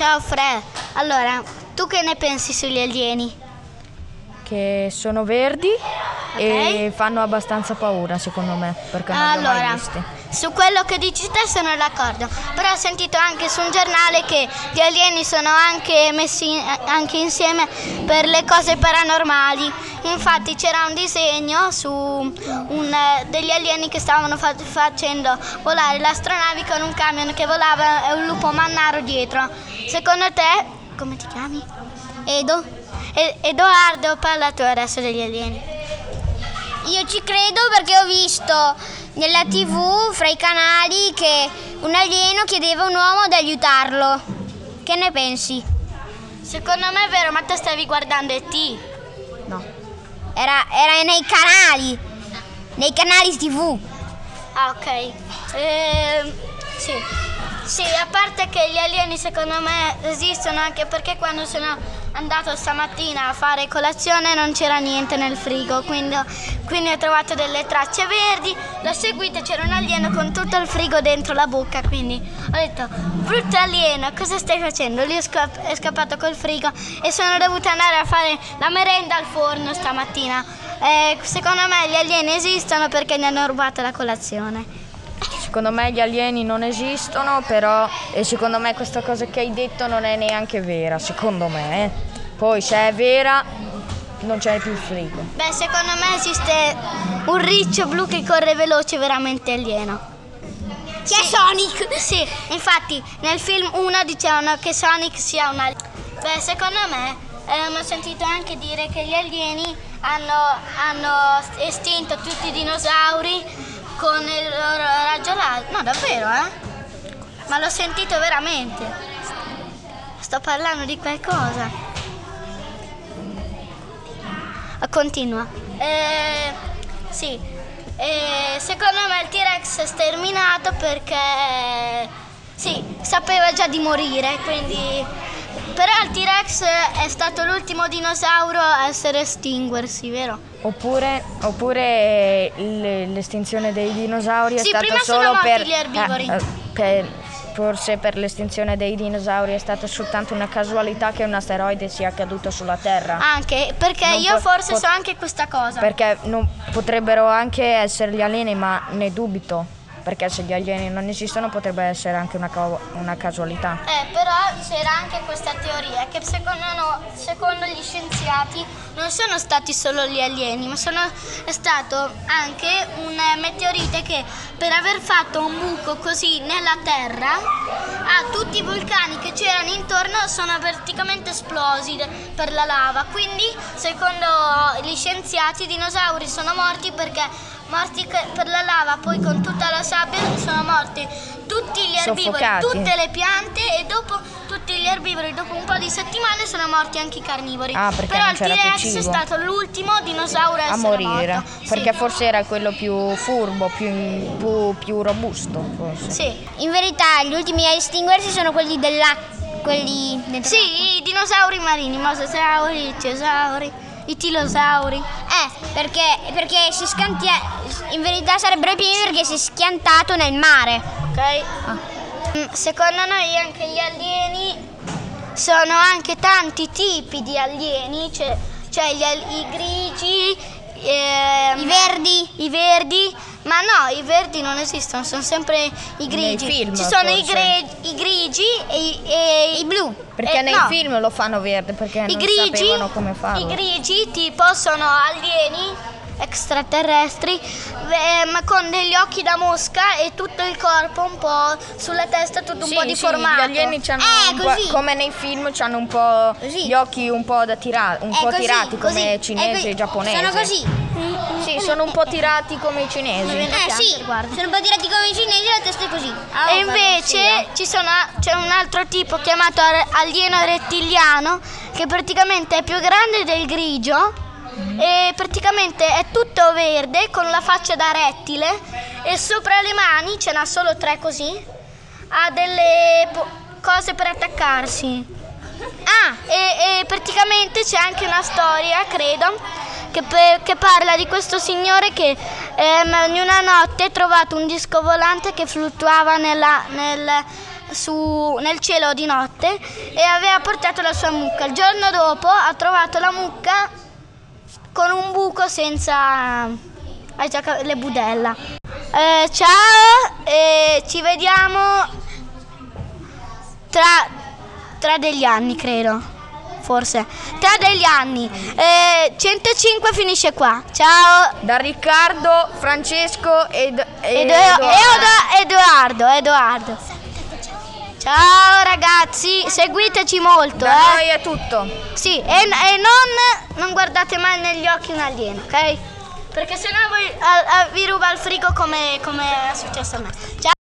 Ciao Fre, allora, tu che ne pensi sugli alieni? Che sono verdi e fanno abbastanza paura secondo me, perché non li ho mai visti. Su quello che dici te sono d'accordo, però ho sentito anche su un giornale che gli alieni sono anche messi anche insieme per le cose paranormali. Infatti c'era un disegno su degli alieni che stavano facendo volare le astronavi con un camion che volava e un lupo mannaro dietro. Secondo te, come ti chiami? Edo? Edoardo, parla tu adesso degli alieni. Io ci credo perché ho visto nella TV, fra i canali, che un alieno chiedeva a un uomo di aiutarlo. Che ne pensi? Secondo me è vero, ma te stavi guardando E.T. No. Era nei canali TV. Ah, ok. Sì, a parte che gli alieni secondo me esistono, anche perché quando sono andato stamattina a fare colazione non c'era niente nel frigo, quindi ho trovato delle tracce verdi, l'ho seguita, c'era un alieno con tutto il frigo dentro la bocca, quindi ho detto: brutto alieno, cosa stai facendo? Lui è scappato col frigo e sono dovuta andare a fare la merenda al forno stamattina. Secondo me gli alieni esistono perché ne hanno rubato la colazione. Secondo me gli alieni non esistono, però, e secondo me questa cosa che hai detto non è neanche vera, secondo me. Poi se è vera non c'è più il frigo. Beh, secondo me esiste un riccio blu che corre veloce, veramente alieno. Chi è Sonic? Sì, infatti nel film 1 dicevano che Sonic sia un alieno. Beh, secondo me ho sentito anche dire che gli alieni hanno estinto tutti i dinosauri con il loro raggio laser. No, davvero, Ma l'ho sentito veramente. Sto parlando di qualcosa. Continua. Sì. Secondo me il T-Rex è sterminato perché sapeva già di morire, quindi. Però il T-Rex è stato l'ultimo dinosauro a essere estinguersi, vero? Oppure l'estinzione dei dinosauri è stata prima solo sono morti per gli erbivori. Forse per l'estinzione dei dinosauri è stata soltanto una casualità che un asteroide sia caduto sulla Terra. Anche, perché so anche questa cosa. Perché potrebbero anche essere gli alieni, ma ne dubito. Perché se gli alieni non esistono potrebbe essere anche una casualità. Però c'era anche questa teoria che secondo gli scienziati non sono stati solo gli alieni, ma è stato anche un meteorite che, per aver fatto un buco così nella Terra, tutti i vulcani che c'erano intorno sono praticamente esplosi per la lava. Quindi secondo gli scienziati i dinosauri sono morti perché per la lava, poi con tutta la sabbia sono morti tutti gli erbivori, tutte le piante, e dopo tutti gli erbivori, dopo un po' di settimane, sono morti anche i carnivori. Però il T-Rex è stato l'ultimo dinosauro a morire, morto. perché forse era quello più furbo, più robusto, forse. Sì. In verità gli ultimi a estinguersi sono quelli dentro. Sì, i dinosauri marini, i mosasauri, i ittiosauri, i tilosauri. Perché in verità sarebbero i primi perché si è schiantato nel mare. Ok. Secondo noi anche gli alieni sono anche tanti tipi di alieni, cioè i grigi, i verdi. Ma no, i verdi non esistono, sono sempre i grigi. Nei film, ci sono forse. i grigi e i blu. Perché nei film lo fanno verde, perché non sapevano come farlo. I grigi tipo sono alieni extraterrestri, ma con degli occhi da mosca e tutto il corpo un po' sulla testa, tutto un po' deformato. Gli alieni come nei film hanno un po' gli occhi un po' tirati come i cinesi e i giapponesi. Sono così. Sì, sono un po' tirati come i cinesi. Sono un po' tirati come i cinesi, la testa è così. E invece c'è un altro tipo chiamato alieno rettiliano, che praticamente è più grande del grigio e praticamente è tutto verde con la faccia da rettile, e sopra le mani, ce n'ha solo 3 così, ha delle cose per attaccarsi. E praticamente c'è anche una storia, credo, che parla di questo signore che in una notte ha trovato un disco volante che fluttuava nel cielo di notte e aveva portato la sua mucca. Il giorno dopo ha trovato la mucca con un buco senza le budella. Ciao e ci vediamo tra degli anni, credo, forse tra degli anni. 105 finisce qua. Ciao Da Riccardo, Francesco ed Edoardo. Ciao ragazzi, seguiteci molto. Da noi è tutto. Sì, e non guardate mai negli occhi un alieno, ok? Perché sennò vi ruba il frigo come è successo a me. Ciao.